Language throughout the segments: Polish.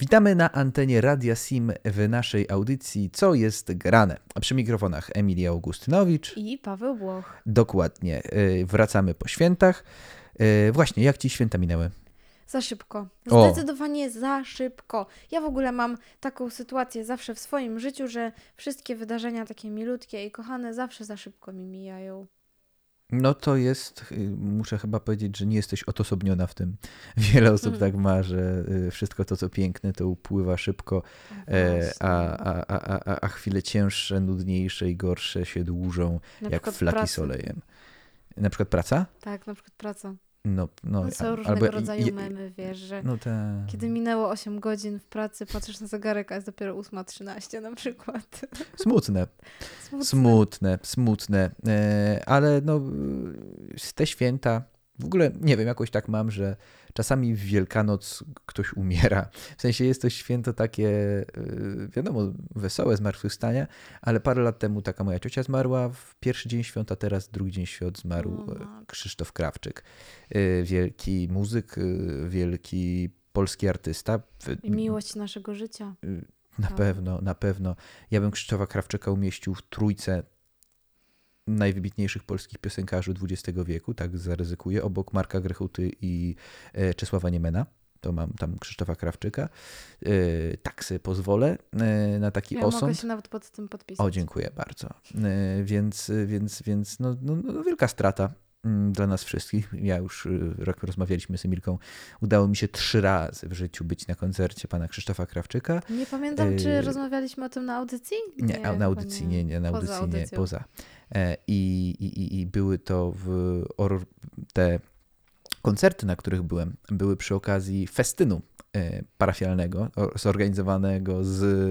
Witamy na antenie Radia Sim w naszej audycji Co jest grane? A przy mikrofonach Emilia Augustynowicz. I Paweł Włoch. Dokładnie. Wracamy po świętach. Właśnie, jak ci święta minęły? Za szybko. O. Zdecydowanie za szybko. Ja w ogóle mam taką sytuację zawsze w swoim życiu, że wszystkie wydarzenia takie milutkie i kochane zawsze za szybko mi mijają. No to jest, muszę chyba powiedzieć, że nie jesteś odosobniona w tym. Wiele osób tak ma, że wszystko to, co piękne, to upływa szybko, a chwile cięższe, nudniejsze i gorsze się dłużą, Na jak przykład flaki praca. z olejem. Na przykład praca? Tak, na przykład praca. No, Są różnego rodzaju memy, wiesz, że kiedy minęło 8 godzin w pracy, patrzysz na zegarek, a jest dopiero 8:13 na przykład. Smutne. Ale no, te święta, w ogóle nie wiem, jakoś tak mam, że czasami w Wielkanoc ktoś umiera. W sensie jest to święto takie, wiadomo, wesołe zmartwychwstania, ale parę lat temu taka moja ciocia zmarła w pierwszy dzień świąt, a teraz drugi dzień świąt zmarł Krzysztof Krawczyk. Wielki muzyk, wielki polski artysta. I miłość naszego życia. Na pewno. Ja bym Krzysztofa Krawczyka umieścił w trójce najwybitniejszych polskich piosenkarzy XX wieku, tak zaryzykuję, obok Marka Grechuty i Czesława Niemena. To mam tam Krzysztofa Krawczyka. Tak sobie pozwolę na taki osąd. Ja mogę się nawet pod tym podpisać. O, dziękuję bardzo. Więc wielka strata dla nas wszystkich. Ja już rozmawialiśmy z Emilką. Udało mi się 3 razy w życiu być na koncercie pana Krzysztofa Krawczyka. Nie pamiętam, czy rozmawialiśmy o tym na audycji? Nie, na audycji nie. Poza. I były to te koncerty, na których były przy okazji festynu parafialnego, zorganizowanego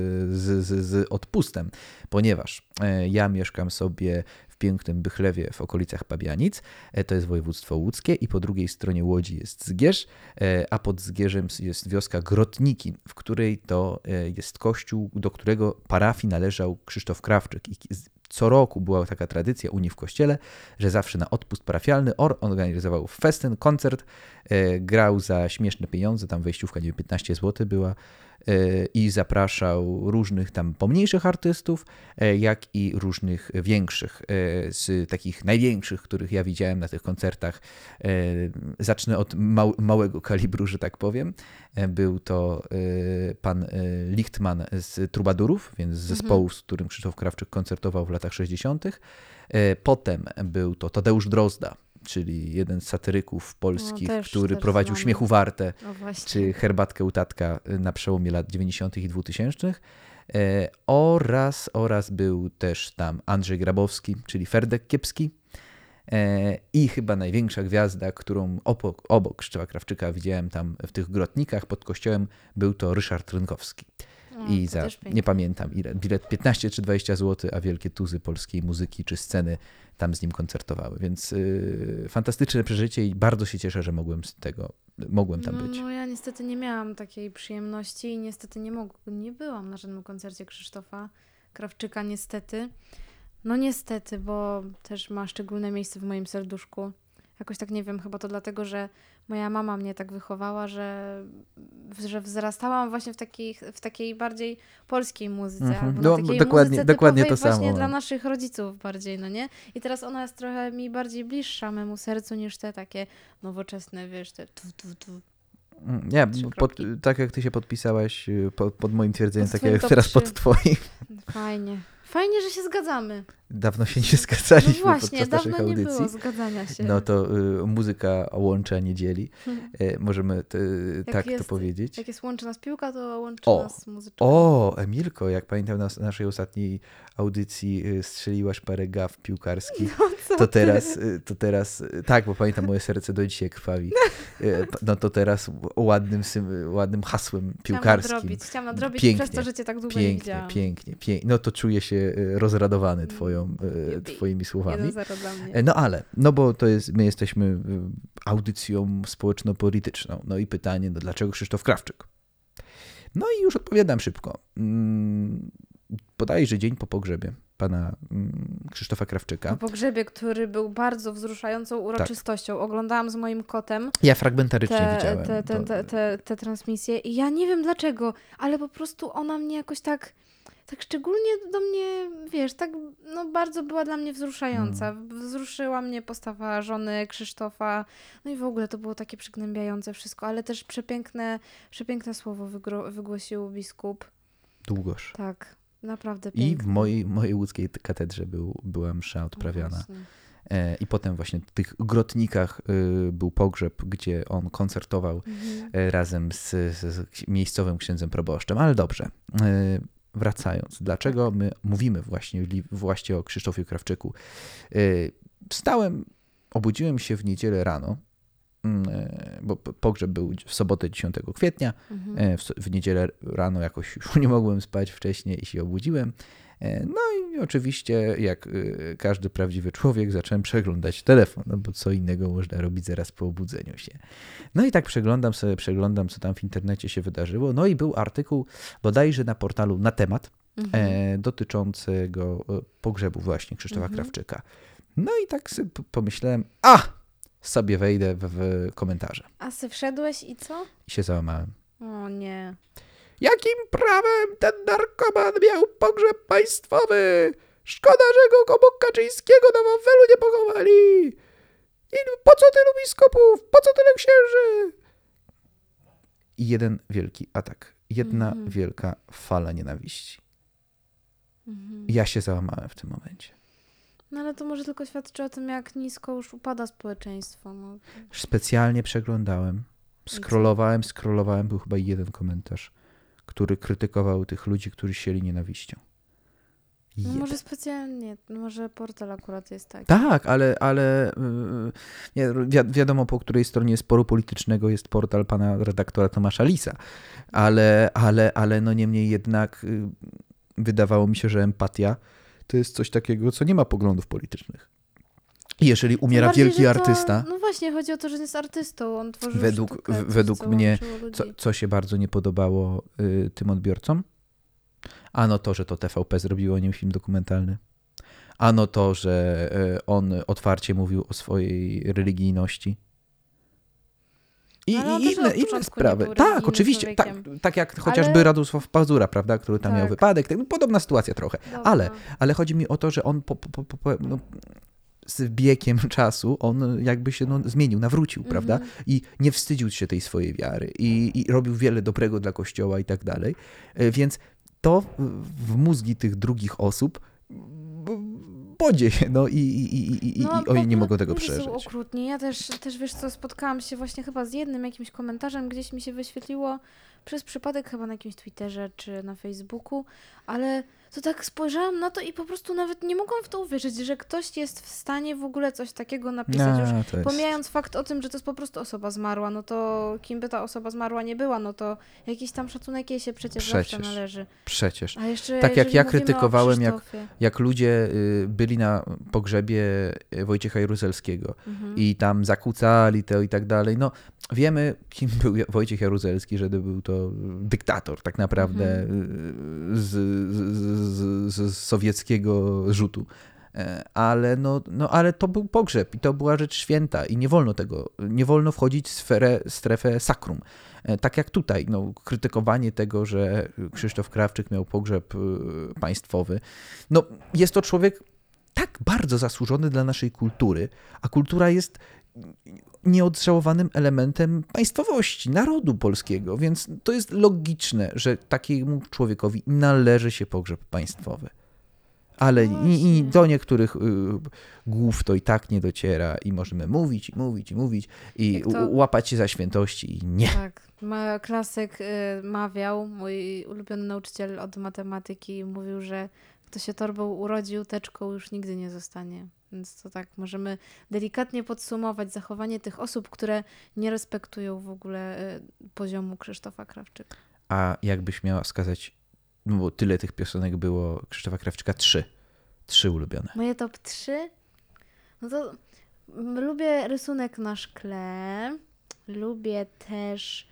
z odpustem, ponieważ ja mieszkam sobie w pięknym Bychlewie w okolicach Pabianic, to jest województwo łódzkie i po drugiej stronie Łodzi jest Zgierz, a pod Zgierzem jest wioska Grotniki, w której to jest kościół, do którego parafii należał Krzysztof Krawczyk. I co roku była taka tradycja u nich w kościele, że zawsze na odpust parafialny organizował festyn, koncert, grał za śmieszne pieniądze, tam wejściówka, nie wiem, 15 zł była i zapraszał różnych tam pomniejszych artystów, jak i różnych większych. Z takich największych, których ja widziałem na tych koncertach, zacznę od małego kalibru, że tak powiem. Był to pan Lichtman z Trubadurów, więc z zespołu, z którym Krzysztof Krawczyk koncertował w latach 60. Potem był to Tadeusz Drozda, czyli jeden z satyryków polskich, który prowadził Śmiechu Warte, czy Herbatkę u tatka na przełomie lat 90. i 2000. Oraz był też tam Andrzej Grabowski, czyli Ferdek Kiepski. I chyba największa gwiazda, którą obok Krzysztofa Krawczyka widziałem tam w tych Grotnikach pod kościołem, był to Ryszard Rynkowski. I za, nie pamiętam ile, bilet 15 czy 20 zł, a wielkie tuzy polskiej muzyki czy sceny tam z nim koncertowały. Więc fantastyczne przeżycie i bardzo się cieszę, że mogłem tam być. No ja niestety nie miałam takiej przyjemności i niestety nie byłam na żadnym koncercie Krzysztofa Krawczyka, niestety. No niestety, bo też ma szczególne miejsce w moim serduszku. Jakoś tak nie wiem, chyba to dlatego, że moja mama mnie tak wychowała, że wzrastałam właśnie w takiej bardziej polskiej muzyce. Albo na takiej dokładnie to właśnie samo. Dla naszych rodziców bardziej, no nie? I teraz ona jest trochę mi bardziej bliższa memu sercu niż te takie nowoczesne, wiesz, te tu. Nie, tak jak ty się podpisałaś pod moim twierdzeniem, tak jak teraz pod twoim. Fajnie, że się zgadzamy. Dawno się nie zgadzaliśmy właśnie, podczas naszych audycji. Nie było zgadzania się. No to muzyka łączy, a nie dzieli. Możemy tak to powiedzieć. Jak jest łączy nas piłka, to łączy nas muzyczka. Emilko, jak pamiętam na naszej ostatniej audycji strzeliłaś parę gaf piłkarskich. No, to teraz, tak, bo pamiętam, moje serce do dzisiaj krwawi. No to teraz ładnym hasłem piłkarskim. Chciałam nadrobić pięknie, przez to, że cię tak długo nie widziałam. Pięknie. No to czuję się rozradowany twoimi słowami. 1-0 dla mnie. Bo my jesteśmy audycją społeczno-polityczną. No i pytanie, dlaczego Krzysztof Krawczyk? No i już odpowiadam szybko. Bodajże dzień po pogrzebie pana Krzysztofa Krawczyka. Po pogrzebie, który był bardzo wzruszającą uroczystością. Tak. Oglądałam z moim kotem. Ja fragmentarycznie widziałem. Te transmisje i ja nie wiem dlaczego, ale po prostu ona mnie jakoś tak szczególnie do mnie, wiesz, tak bardzo była dla mnie wzruszająca. Wzruszyła mnie postawa żony Krzysztofa, no i w ogóle to było takie przygnębiające wszystko, ale też przepiękne słowo wygłosił biskup. Długoż. Tak, naprawdę piękne. I w mojej łódzkiej katedrze była msza odprawiana. I potem właśnie w tych Grotnikach był pogrzeb, gdzie on koncertował razem z miejscowym księdzem proboszczem. Ale dobrze, wracając. Dlaczego my mówimy właśnie o Krzysztofie Krawczyku? Obudziłem się w niedzielę rano, bo pogrzeb był w sobotę 10 kwietnia. W niedzielę rano jakoś już nie mogłem spać wcześniej i się obudziłem. No i oczywiście, jak każdy prawdziwy człowiek, zacząłem przeglądać telefon, no bo co innego można robić zaraz po obudzeniu się. No i tak przeglądam, co tam w internecie się wydarzyło. No i był artykuł bodajże na portalu Na Temat dotyczącego pogrzebu właśnie Krzysztofa Krawczyka. No i tak sobie pomyślałem, sobie wejdę w komentarze. A ty wszedłeś i co? I się załamałem. O nie. Jakim prawem ten narkoman miał pogrzeb państwowy? Szkoda, że go obok Kaczyńskiego na Wawelu nie pochowali. I po co tylu biskupów? Po co tyle księży? I jeden wielki atak. Jedna wielka fala nienawiści. Ja się załamałem w tym momencie. No ale to może tylko świadczy o tym, jak nisko już upada społeczeństwo. No. Specjalnie przeglądałem. Scrollowałem. Był chyba jeden komentarz, który krytykował tych ludzi, którzy sieli nienawiścią. No może specjalnie, może portal akurat jest taki. Tak, ale wiadomo, po której stronie sporu politycznego jest portal pana redaktora Tomasza Lisa. Ale no niemniej jednak wydawało mi się, że empatia to jest coś takiego, co nie ma poglądów politycznych. I jeżeli umiera wielki artysta... No właśnie, chodzi o to, że jest artystą, on tworzy według mnie, co się bardzo nie podobało tym odbiorcom, ano to, że to TVP zrobiło o nim film dokumentalny, ano to, że on otwarcie mówił o swojej religijności. I inne sprawy. Tak, oczywiście. Tak jak chociażby Radosław Pazura, prawda, który tam miał wypadek. Podobna sytuacja trochę. Ale chodzi mi o to, że on z biegiem czasu on jakby się zmienił, nawrócił, prawda? I nie wstydził się tej swojej wiary. I robił wiele dobrego dla Kościoła i tak dalej. Więc to w mózgi tych drugich osób podzieje, i oni nie mogą tego przeżyć. Są okrutni. Ja też wiesz co, spotkałam się właśnie chyba z jednym jakimś komentarzem, gdzieś mi się wyświetliło przez przypadek chyba na jakimś Twitterze czy na Facebooku, ale to tak spojrzałam na to i po prostu nawet nie mogłam w to uwierzyć, że ktoś jest w stanie w ogóle coś takiego napisać. Już pomijając fakt o tym, że to jest po prostu osoba zmarła, no to kim by ta osoba zmarła nie była, no to jakiś tam szacunek jej się przecież zawsze należy. Przecież. A jeszcze, tak jak ja krytykowałem, jak ludzie byli na pogrzebie Wojciecha Jaruzelskiego i tam zakłócali to i tak dalej, no wiemy, kim był Wojciech Jaruzelski, że był to dyktator tak naprawdę z sowieckiego rzutu. Ale to był pogrzeb i to była rzecz święta i nie wolno wchodzić w strefę sakrum. Tak jak tutaj, krytykowanie tego, że Krzysztof Krawczyk miał pogrzeb państwowy. Jest to człowiek tak bardzo zasłużony dla naszej kultury, a kultura jest nieodżałowanym elementem państwowości, narodu polskiego, więc to jest logiczne, że takiemu człowiekowi należy się pogrzeb państwowy. Ale i do niektórych głów to i tak nie dociera i możemy mówić i łapać się za świętości i nie. Tak, klasyk mawiał, mój ulubiony nauczyciel od matematyki mówił, że kto się torbą urodził, teczką już nigdy nie zostanie. Więc to tak możemy delikatnie podsumować zachowanie tych osób, które nie respektują w ogóle poziomu Krzysztofa Krawczyka. A jakbyś miała wskazać, bo tyle tych piosenek było Krzysztofa Krawczyka, trzy ulubione. Moje top 3? No to lubię rysunek na szkle, lubię też,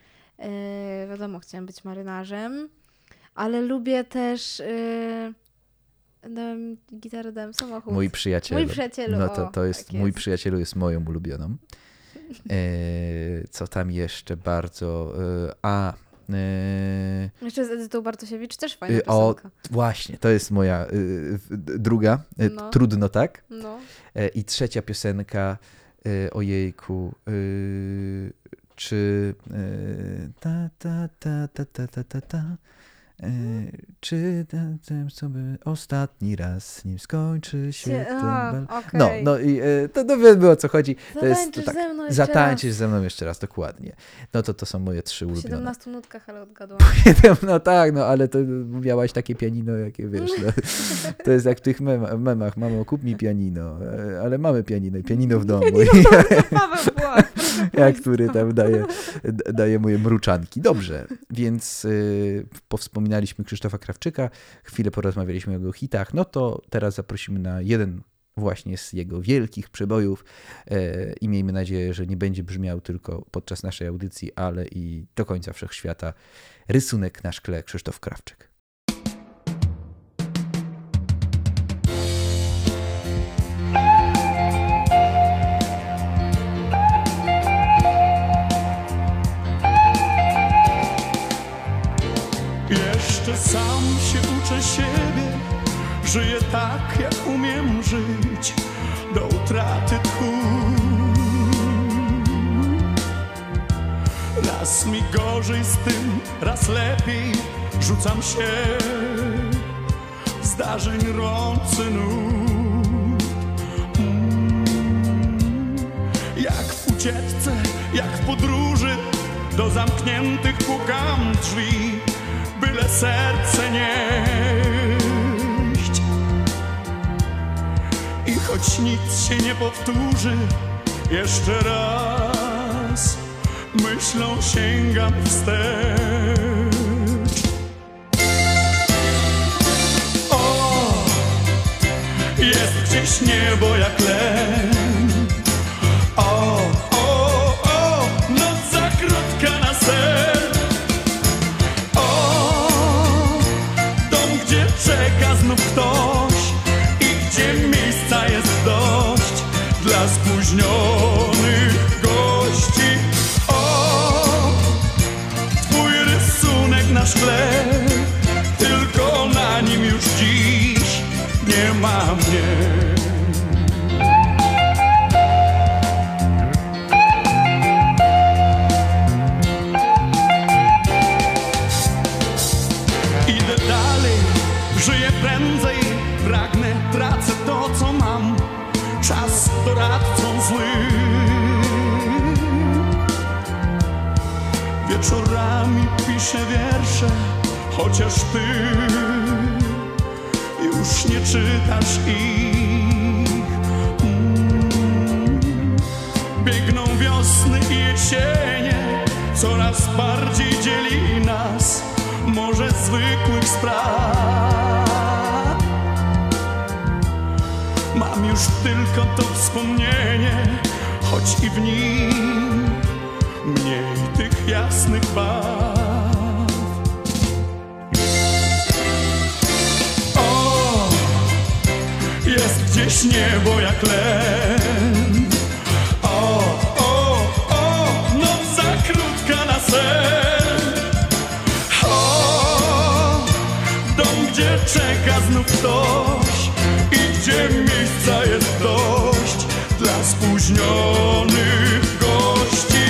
wiadomo, chciałam być marynarzem, ale lubię też Dałem gitarę, dałem samochód. Mój przyjacielu. Mój przyjacielu, no to jest, tak mój przyjacielu jest moją ulubioną. Co tam jeszcze bardzo... Jeszcze z Edytą Bartosiewicz też fajna piosenka. Właśnie, to jest moja druga. Trudno, tak? No. I trzecia piosenka, ojejku, czy czy ten sobie ostatni raz nim skończy się ten bal. Okay. No i to wiemy, o co chodzi. Zatańczysz ze mną jeszcze raz, dokładnie. No to są moje 3 ulubione. Po 17 nutkach, ale odgadłam. No tak, ale to miałaś takie pianino, jakie wiesz. No. To jest jak w tych memach. Mamo, kup mi pianino. Ale mamy pianino i pianino w domu. Który tam daje moje mruczanki. Dobrze, więc powspominaliśmy Krzysztofa Krawczyka, chwilę porozmawialiśmy o jego hitach, no to teraz zaprosimy na jeden właśnie z jego wielkich przebojów i miejmy nadzieję, że nie będzie brzmiał tylko podczas naszej audycji, ale i do końca wszechświata. Rysunek na szkle, Krzysztof Krawczyk. Jeszcze sam się uczę siebie, żyję tak, jak umiem żyć, do utraty tchu. Raz mi gorzej z tym, raz lepiej, rzucam się w zdarzeń rący nóg. Jak w ucieczce, jak w podróży, do zamkniętych pukam drzwi, byle serce nieść. I choć nic się nie powtórzy, jeszcze raz myślą sięgam wstecz. O, jest gdzieś niebo jak len. O, noc za krótka na sen. Czeka znów ktoś i gdzie miejsca jest dość dla spóźnionych gości. O, twój rysunek na szkle, tylko na nim już dziś nie ma mnie. Żyję prędzej, pragnę, tracę to, co mam. Czas doradcą złym. Wieczorami piszę wiersze, chociaż ty już nie czytasz ich. Biegną wiosny i jesienie, coraz bardziej dzieli nas morze zwykłych spraw. Mam już tylko to wspomnienie, choć i w nim mniej tych jasnych barw. O, jest gdzieś niebo jak len. O, noc za krótka na sen. Gdzie czeka znów ktoś i gdzie miejsca jest dość dla spóźnionych gości.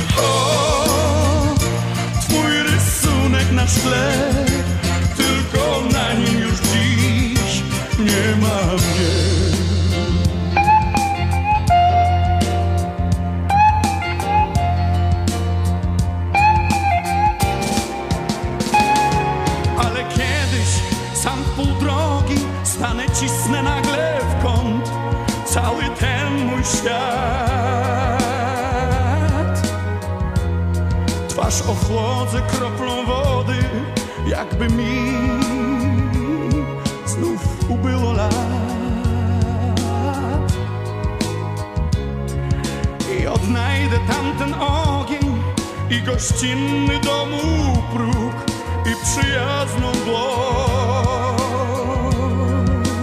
O, twój rysunek na szkle, tylko na nim już dziś nie ma mnie. Stanę, cisnę nagle w kąt cały ten mój świat. Twarz ochłodzę kroplą wody, jakby mi znów ubyło lat. I odnajdę tamten ogień i gościnny domu próg i przyjazną dłoń.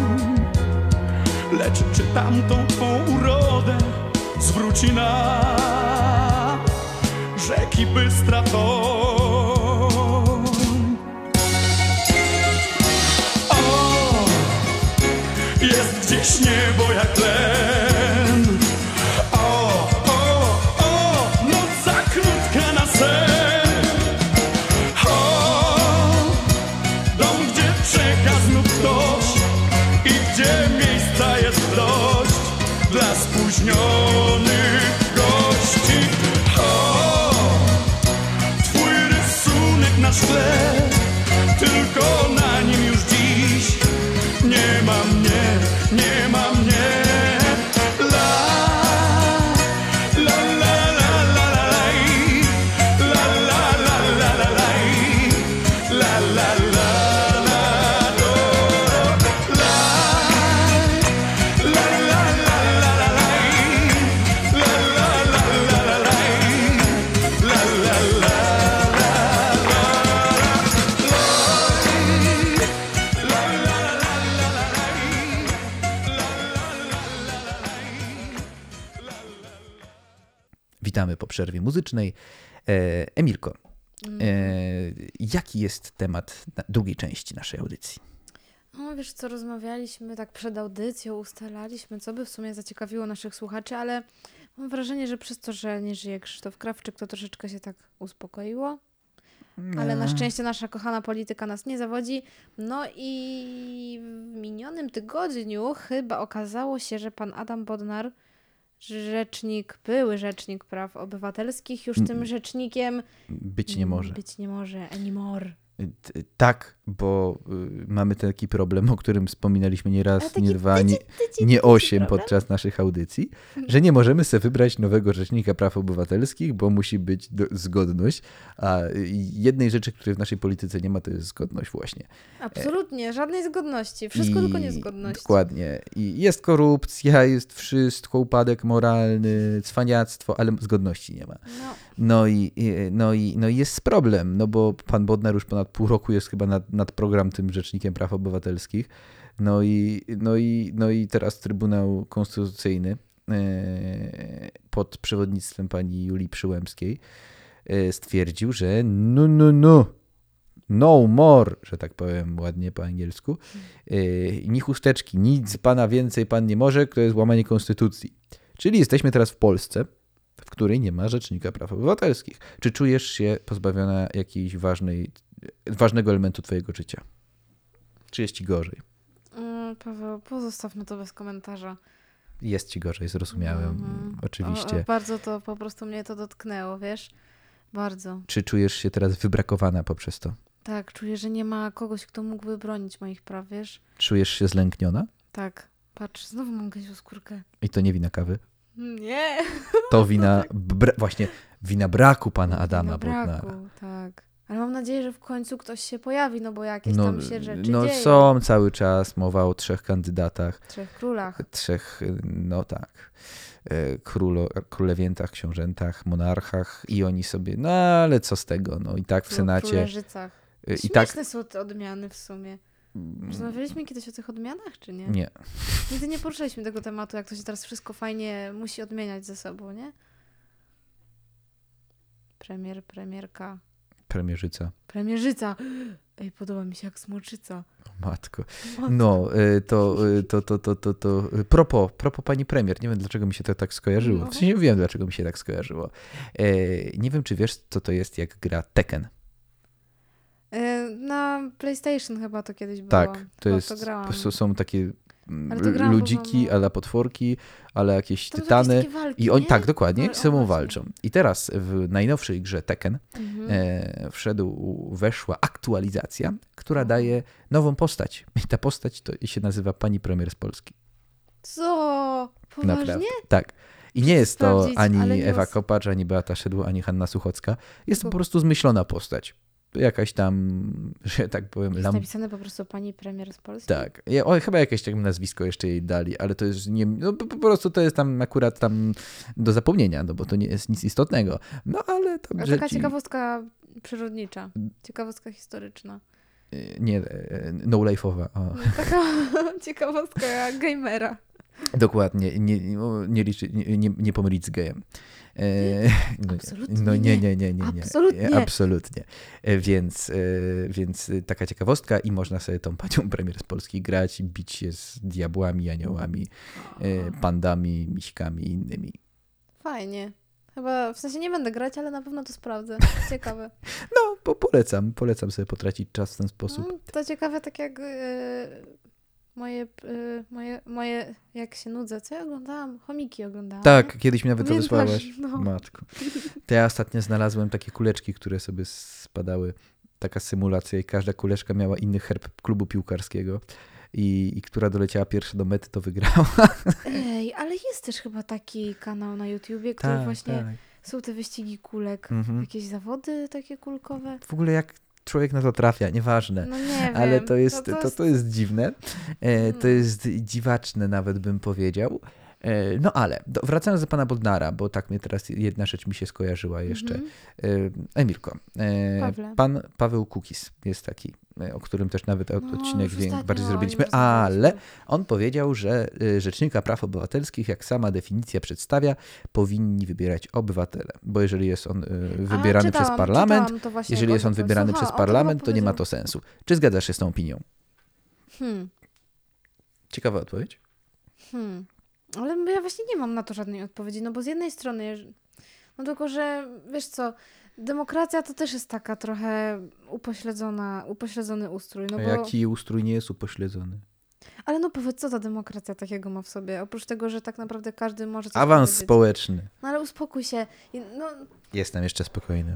czy tamtą twą urodę zwróci nam rzeki bystra toń. O, jest gdzieś niebo jak tlen. O, noc za krótka na sen. O, dom, gdzie czeka znów ktoś i gdzie miejsca jest dość dla spóźnionych gości. O, twój rysunek na szkle, tylko na nim już dziś nie ma mnie, nie ma mnie. Witamy po przerwie muzycznej. Emilko, jaki jest temat drugiej części naszej audycji? No wiesz co, rozmawialiśmy tak przed audycją, ustalaliśmy, co by w sumie zaciekawiło naszych słuchaczy, ale mam wrażenie, że przez to, że nie żyje Krzysztof Krawczyk, to troszeczkę się tak uspokoiło. Ale na szczęście nasza kochana polityka nas nie zawodzi. No i w minionym tygodniu chyba okazało się, że pan Adam Bodnar, były rzecznik praw obywatelskich, już tym rzecznikiem być nie może. Być nie może anymore. Tak, bo mamy taki problem, o którym wspominaliśmy nie raz, nie dwa, nie 8 podczas naszych audycji, że nie możemy sobie wybrać nowego rzecznika praw obywatelskich, bo musi być zgodność, a jednej rzeczy, której w naszej polityce nie ma, to jest zgodność właśnie. Absolutnie, żadnej zgodności, wszystko tylko niezgodność. Dokładnie. I jest korupcja, jest wszystko, upadek moralny, cwaniactwo, ale zgodności nie ma. No i jest problem, no bo pan Bodnar już ponad pół roku jest chyba nad program tym rzecznikiem praw obywatelskich. No i teraz Trybunał Konstytucyjny pod przewodnictwem pani Julii Przyłębskiej stwierdził, że no more, że tak powiem ładnie po angielsku, ni chusteczki, nic pana więcej pan nie może, to jest łamanie konstytucji. Czyli jesteśmy teraz w Polsce, w której nie ma rzecznika praw obywatelskich. Czy czujesz się pozbawiona jakiejś ważnego elementu twojego życia? Czy jest ci gorzej? Paweł, pozostawmy to bez komentarza. Jest ci gorzej, zrozumiałem. Oczywiście. Bardzo to po prostu mnie to dotknęło, wiesz? Bardzo. Czy czujesz się teraz wybrakowana poprzez to? Tak, czuję, że nie ma kogoś, kto mógłby bronić moich praw, wiesz? Czujesz się zlękniona? Tak. Patrz, znowu mam gęsią skórkę. I to nie wina kawy? Nie. To wina, właśnie wina braku pana Adama Bodnara. Tak. Ale mam nadzieję, że w końcu ktoś się pojawi, no bo jakieś tam się rzeczy dzieją. Są cały czas mowa o 3 kandydatach. 3 królach. 3, no tak. Królewiętach, książętach, monarchach i oni sobie, no ale co z tego, no i tak w Senacie. Króleżycach. Śmieszne są te odmiany w sumie. Rozmawialiśmy kiedyś o tych odmianach, czy nie? Nie. Nigdy nie poruszaliśmy tego tematu, jak to się teraz wszystko fajnie musi odmieniać ze sobą, nie? Premier, premierka. Premierzyca. Ej, podoba mi się jak smoczyca. O matko. No, to propos pani premier, nie wiem dlaczego mi się to tak skojarzyło. W sensie wiem dlaczego mi się tak skojarzyło. Nie wiem czy wiesz co to jest jak gra Tekken. Na PlayStation chyba to kiedyś było. Tak, to są takie ludziki, ale potworki, ale jakieś tytany. Walki, i oni tak, dokładnie, z sobą walczą. I teraz w najnowszej grze Tekken weszła aktualizacja, która daje nową postać. I ta postać to się nazywa pani premier z Polski. Co? Poważnie? Naprawdę, tak. I nie jest to ani Ewa Kopacz, ani Beata Szydło, ani Hanna Suchocka. Jest to po prostu zmyślona postać. Jakaś tam, że tak powiem... Jest napisane po prostu pani premier z Polski? Tak. Chyba jakieś tam nazwisko jeszcze jej dali, ale to jest nie... No, po prostu to jest tam akurat tam do zapomnienia, no bo to nie jest nic istotnego. No ale tam... Taka ciekawostka przyrodnicza, ciekawostka historyczna. Nie, no life'owa. Taka ciekawostka gamera. Dokładnie, nie pomylić z gejem. Absolutnie no nie. Absolutnie. Więc taka ciekawostka i można sobie tą panią premier z Polski grać, bić się z diabłami, aniołami, pandami, miśkami i innymi. Fajnie. Chyba, w sensie nie będę grać, ale na pewno to sprawdzę. Ciekawe. No, polecam sobie potracić czas w ten sposób. To ciekawe, tak jak moje, jak się nudzę, co ja oglądałam? Chomiki oglądałam. Tak, kiedyś mi nawet to Pamiętasz? wysłałaś. No. Matko. To ja ostatnio znalazłem takie kuleczki, które sobie spadały. Taka symulacja i każda kuleczka miała inny herb klubu piłkarskiego. I która doleciała pierwsza do mety, to wygrała. Ej, ale jest też chyba taki kanał na YouTubie, który właśnie są te wyścigi kulek. Jakieś zawody takie kulkowe. W ogóle jak człowiek na to trafia, nieważne. No nie wiem. Ale to jest dziwne. To jest dziwaczne nawet, bym powiedział. No ale wracając do pana Bodnara, bo tak mnie teraz jedna rzecz mi się skojarzyła jeszcze. Emilko, pan Paweł Kukiz jest taki, o którym też nawet odcinek bardziej zrobiliśmy, ale on powiedział, że Rzecznika Praw Obywatelskich, jak sama definicja przedstawia, powinni wybierać obywatele, bo jeżeli jest on wybierany przez parlament, to nie ma to sensu. Czy zgadzasz się z tą opinią? Ciekawa odpowiedź. Ale ja właśnie nie mam na to żadnej odpowiedzi, no bo z jednej strony, no tylko, że wiesz co, demokracja to też jest taka trochę upośledzony ustrój. No A jaki ustrój nie jest upośledzony? Ale no powiedz, co ta demokracja takiego ma w sobie? Oprócz tego, że tak naprawdę każdy może coś awans powiedzieć. Społeczny. No ale uspokój się. No... Jestem jeszcze spokojny.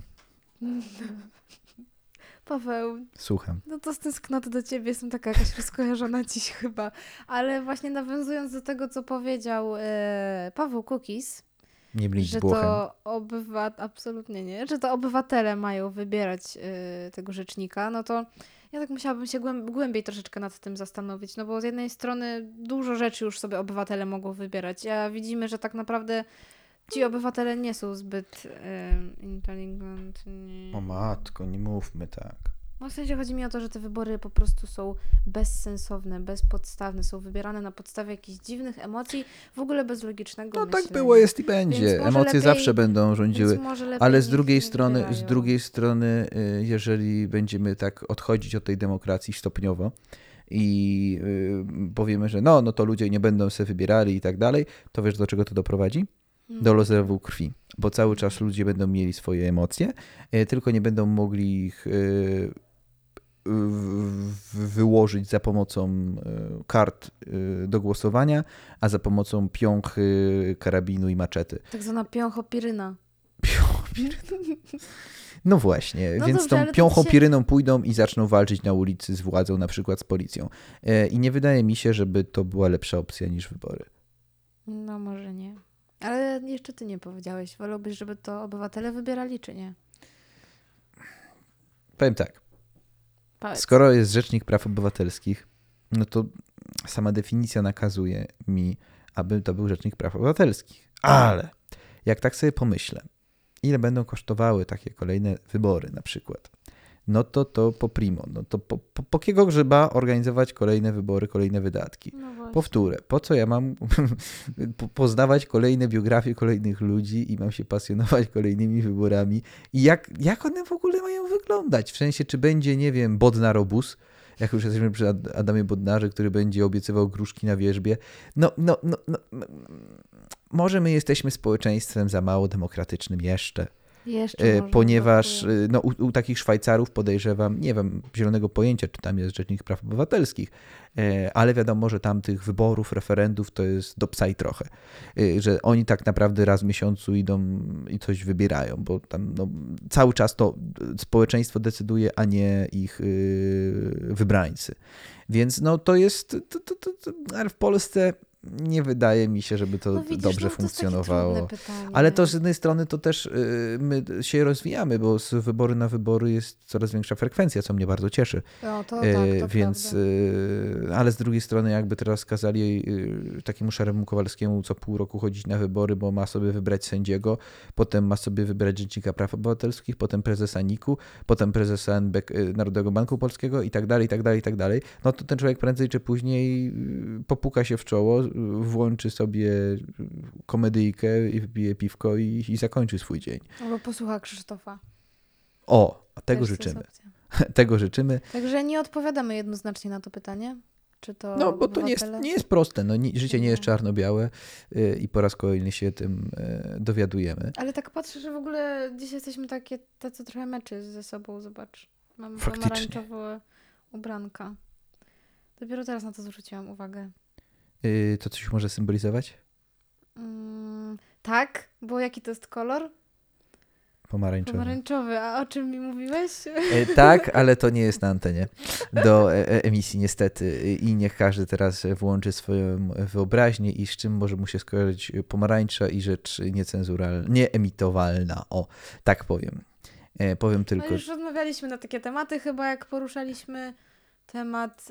Paweł. Słucham. No to z tęsknoty do ciebie jestem taka jakaś rozkojarzona dziś chyba. Ale właśnie nawiązując do tego, co powiedział Paweł Kukiz, nie mylić że to absolutnie nie, że to obywatele mają wybierać tego rzecznika, no to ja tak musiałabym się głębiej troszeczkę nad tym zastanowić, no bo z jednej strony dużo rzeczy już sobie obywatele mogą wybierać, a widzimy, że tak naprawdę ci obywatele nie są zbyt inteligentni. O matko, nie mówmy tak. No w sensie chodzi mi o to, że te wybory po prostu są bezsensowne, bezpodstawne, są wybierane na podstawie jakichś dziwnych emocji, w ogóle bez logicznego myślenia. Tak było, jest i będzie. Emocje zawsze będą rządziły, ale z drugiej strony, jeżeli będziemy tak odchodzić od tej demokracji stopniowo i powiemy, że no to ludzie nie będą sobie wybierali i tak dalej, to wiesz, do czego to doprowadzi? Do rozlewu krwi, bo cały czas ludzie będą mieli swoje emocje, tylko nie będą mogli ich wyłożyć za pomocą kart do głosowania, a za pomocą piąchy, karabinu i maczety. Tak zwana piąchopiryna. No właśnie, więc dobrze, tą piąchopiryną pójdą i zaczną walczyć na ulicy z władzą, na przykład z policją. I nie wydaje mi się, żeby to była lepsza opcja niż wybory. No może nie. Ale jeszcze ty nie powiedziałeś. Wolałbyś, żeby to obywatele wybierali, czy nie? Powiem tak. Powiedz. Skoro jest Rzecznik Praw Obywatelskich, no to sama definicja nakazuje mi, aby to był Rzecznik Praw Obywatelskich. Ale jak tak sobie pomyślę, ile będą kosztowały takie kolejne wybory na przykład, no to po primo, no to po kiego grzyba organizować kolejne wybory, kolejne wydatki. No Powtórę, po co ja mam poznawać kolejne biografie kolejnych ludzi i mam się pasjonować kolejnymi wyborami i jak one w ogóle mają wyglądać? W sensie, czy będzie, nie wiem, Bodnar-obóz, jak już jesteśmy przy Adamie Bodnarze, który będzie obiecywał gruszki na wierzbie. No. Może my jesteśmy społeczeństwem za mało demokratycznym jeszcze. Ponieważ u takich Szwajcarów podejrzewam, nie wiem, zielonego pojęcia, czy tam jest Rzecznik Praw Obywatelskich, ale wiadomo, że tam tych wyborów, referendów to jest do psa i trochę, że oni tak naprawdę raz w miesiącu idą i coś wybierają, bo tam cały czas to społeczeństwo decyduje, a nie ich wybrańcy. Więc to jest, ale w Polsce nie wydaje mi się, żeby to dobrze funkcjonowało. Ale to z jednej strony to też my się rozwijamy, bo z wybory na wybory jest coraz większa frekwencja, co mnie bardzo cieszy. No, to tak, więc, ale z drugiej strony jakby teraz kazali takiemu szaremu Kowalskiemu co pół roku chodzić na wybory, bo ma sobie wybrać sędziego, potem ma sobie wybrać Rzecznika Praw Obywatelskich, potem prezesa NIK-u, potem prezesa Narodowego Banku Polskiego i tak dalej, no to ten człowiek prędzej czy później popuka się w czoło, włączy sobie komedyjkę i wypije piwko i zakończy swój dzień. Albo posłucha Krzysztofa. O, tego Też życzymy. jest opcja. Tego życzymy. Także nie odpowiadamy jednoznacznie na to pytanie. Czy to No, bo to nie jest proste. No, życie nie jest czarno-białe i po raz kolejny się tym dowiadujemy. Ale tak patrzę, że w ogóle dzisiaj jesteśmy tacy trochę meczy ze sobą, zobacz. Mamy Faktycznie. pomarańczowe ubranka. Dopiero teraz na to zwróciłam uwagę. To coś może symbolizować? Tak, bo jaki to jest kolor? Pomarańczowy. Pomarańczowy. A o czym mi mówiłeś? Tak, ale to nie jest na antenie do emisji niestety i niech każdy teraz włączy swoją wyobraźnię i z czym może mu się skojarzyć pomarańcza i rzecz niecenzuralna, nieemitowalna, o, tak powiem. Powiem tylko... No już rozmawialiśmy na takie tematy chyba, jak poruszaliśmy temat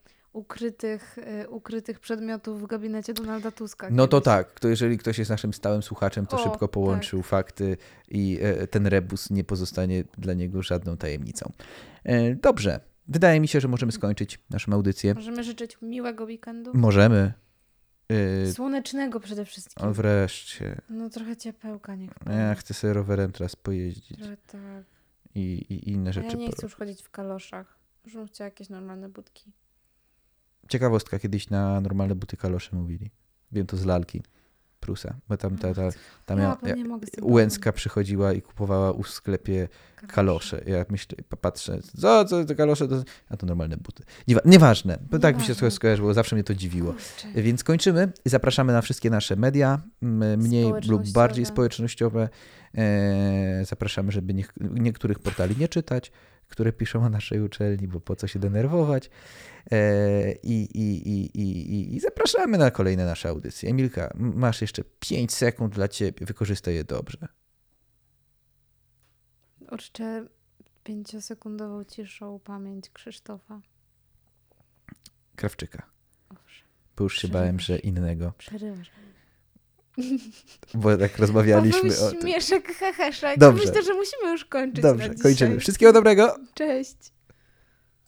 ukrytych przedmiotów w gabinecie Donalda Tuska. No to kiedyś. tak, to jeżeli ktoś jest naszym stałym słuchaczem, to szybko połączył fakty i ten rebus nie pozostanie dla niego żadną tajemnicą. Dobrze, wydaje mi się, że możemy skończyć naszą audycję. Możemy życzyć miłego weekendu. Możemy. Słonecznego przede wszystkim. O, wreszcie. No trochę ciepełka niech Ja chcę sobie rowerem teraz pojeździć trochę tak. i inne A rzeczy. ja nie chcę już chodzić w kaloszach. Już bym chciała jakieś normalne budki. Ciekawostka, kiedyś na normalne buty kalosze mówili. Wiem to z lalki Prusa, bo tam Łęcka przychodziła i kupowała w sklepie kalosze. Ja myślę, patrzę, co te kalosze? A to normalne buty. Nieważne, bo tak mi się to skojarzyło, zawsze mnie to dziwiło. Kurczę. Więc kończymy. Zapraszamy na wszystkie nasze media, mniej lub bardziej społecznościowe. Zapraszamy, żeby niektórych portali nie czytać, które piszą o naszej uczelni, bo po co się denerwować. I zapraszamy na kolejne nasze audycje. Emilka, masz jeszcze 5 sekund dla ciebie. Wykorzystaj je dobrze. Uczczę 5-sekundową ciszą pamięć Krzysztofa. Krawczyka. Owszem. Bo już się bałem, że innego. Przerywasz. Bo tak rozmawialiśmy o tym. Śmieszek, heheszek. Dobrze. Myślę, że musimy już kończyć. Dobrze, na dzisiaj. kończymy. Wszystkiego dobrego. Cześć.